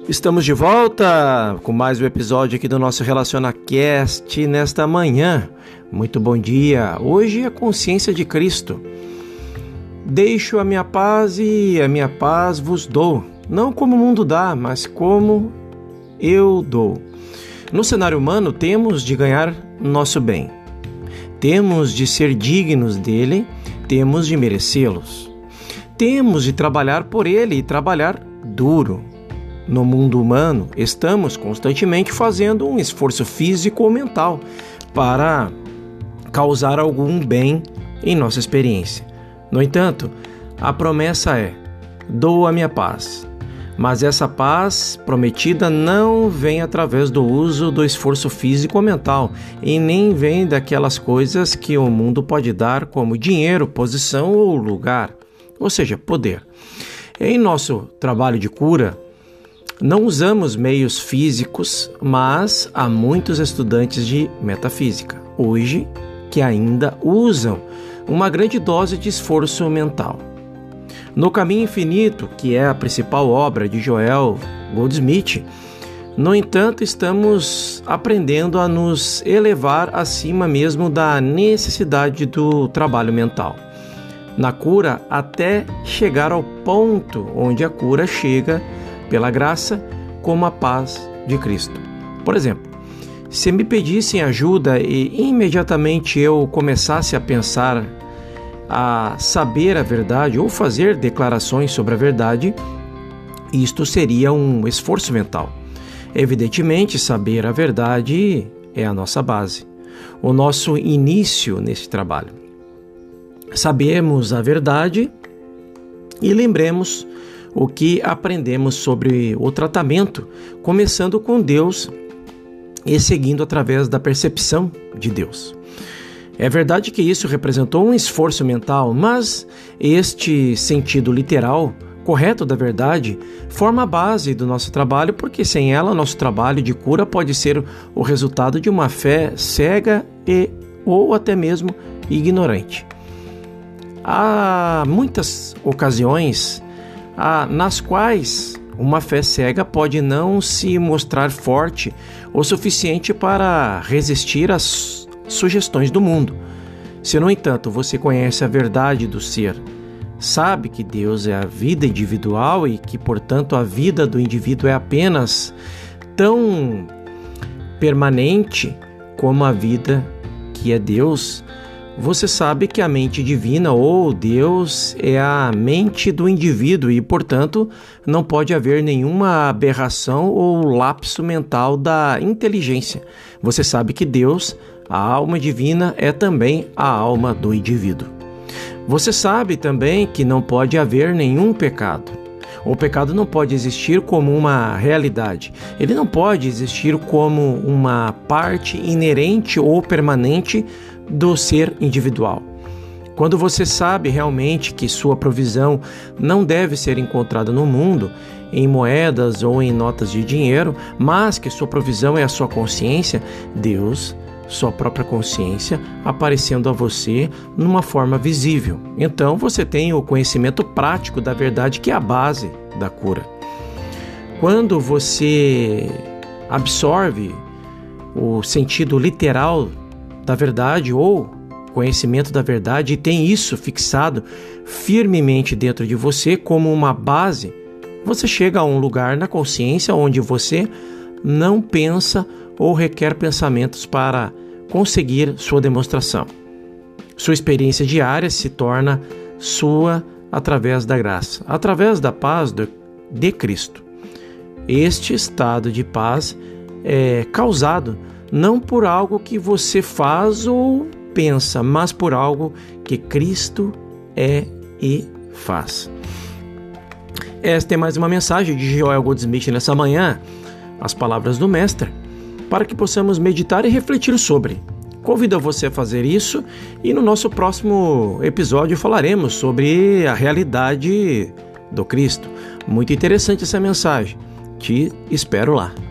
Estamos de volta com mais um episódio aqui do nosso RelacionaCast nesta manhã. Muito bom dia. Hoje é a consciência de Cristo. Deixo a minha paz e a minha paz vos dou. Não como o mundo dá, mas como eu dou. No cenário humano, temos de ganhar nosso bem. Temos de ser dignos dele, temos de merecê-los. Temos de trabalhar por ele e trabalhar duro. No mundo humano, estamos constantemente fazendo um esforço físico ou mental para causar algum bem em nossa experiência. No entanto, a promessa é: dou a minha paz. Mas essa paz prometida não vem através do uso do esforço físico ou mental e nem vem daquelas coisas que o mundo pode dar, como dinheiro, posição ou lugar, ou seja, poder. Em nosso trabalho de cura, não usamos meios físicos, mas há muitos estudantes de metafísica hoje que ainda usam uma grande dose de esforço mental. No Caminho Infinito, que é a principal obra de Joel Goldsmith, no entanto, estamos aprendendo a nos elevar acima mesmo da necessidade do trabalho mental. Na cura, até chegar ao ponto onde a cura chega pela graça, como a paz de Cristo. Por exemplo, se me pedissem ajuda e imediatamente eu começasse a pensar, a saber a verdade ou fazer declarações sobre a verdade, isto seria um esforço mental. Evidentemente, saber a verdade é a nossa base, o nosso início nesse trabalho. Sabemos a verdade e lembremos o que aprendemos sobre o tratamento, começando com Deus e seguindo através da percepção de Deus. É verdade que isso representou um esforço mental, mas este sentido literal, correto da verdade, forma a base do nosso trabalho, porque sem ela, nosso trabalho de cura pode ser o resultado de uma fé cega ou até mesmo ignorante. Há muitas ocasiões nas quais uma fé cega pode não se mostrar forte o suficiente para resistir às sugestões do mundo. Se, no entanto, você conhece a verdade do ser, sabe que Deus é a vida individual e que, portanto, a vida do indivíduo é apenas tão permanente como a vida que é Deus, você sabe que a mente divina ou Deus é a mente do indivíduo e, portanto, não pode haver nenhuma aberração ou lapso mental da inteligência. Você sabe que Deus, a alma divina, é também a alma do indivíduo. Você sabe também que não pode haver nenhum pecado. O pecado não pode existir como uma realidade. Ele não pode existir como uma parte inerente ou permanente do ser individual. Quando você sabe realmente que sua provisão não deve ser encontrada no mundo, em moedas ou em notas de dinheiro, mas que sua provisão é a sua consciência, Deus, sua própria consciência, aparecendo a você numa forma visível. Então você tem o conhecimento prático da verdade, que é a base da cura. Quando você absorve o sentido literal da verdade ou conhecimento da verdade e tem isso fixado firmemente dentro de você como uma base, você chega a um lugar na consciência onde você não pensa ou requer pensamentos para conseguir sua demonstração. Sua experiência diária se torna sua através da graça, através da paz de Cristo. Este estado de paz é causado não por algo que você faz ou pensa, mas por algo que Cristo é e faz. Esta é mais uma mensagem de Joel Goldsmith nessa manhã, as palavras do Mestre, para que possamos meditar e refletir sobre. Convido você a fazer isso e no nosso próximo episódio falaremos sobre a realidade do Cristo. Muito interessante essa mensagem. Te espero lá.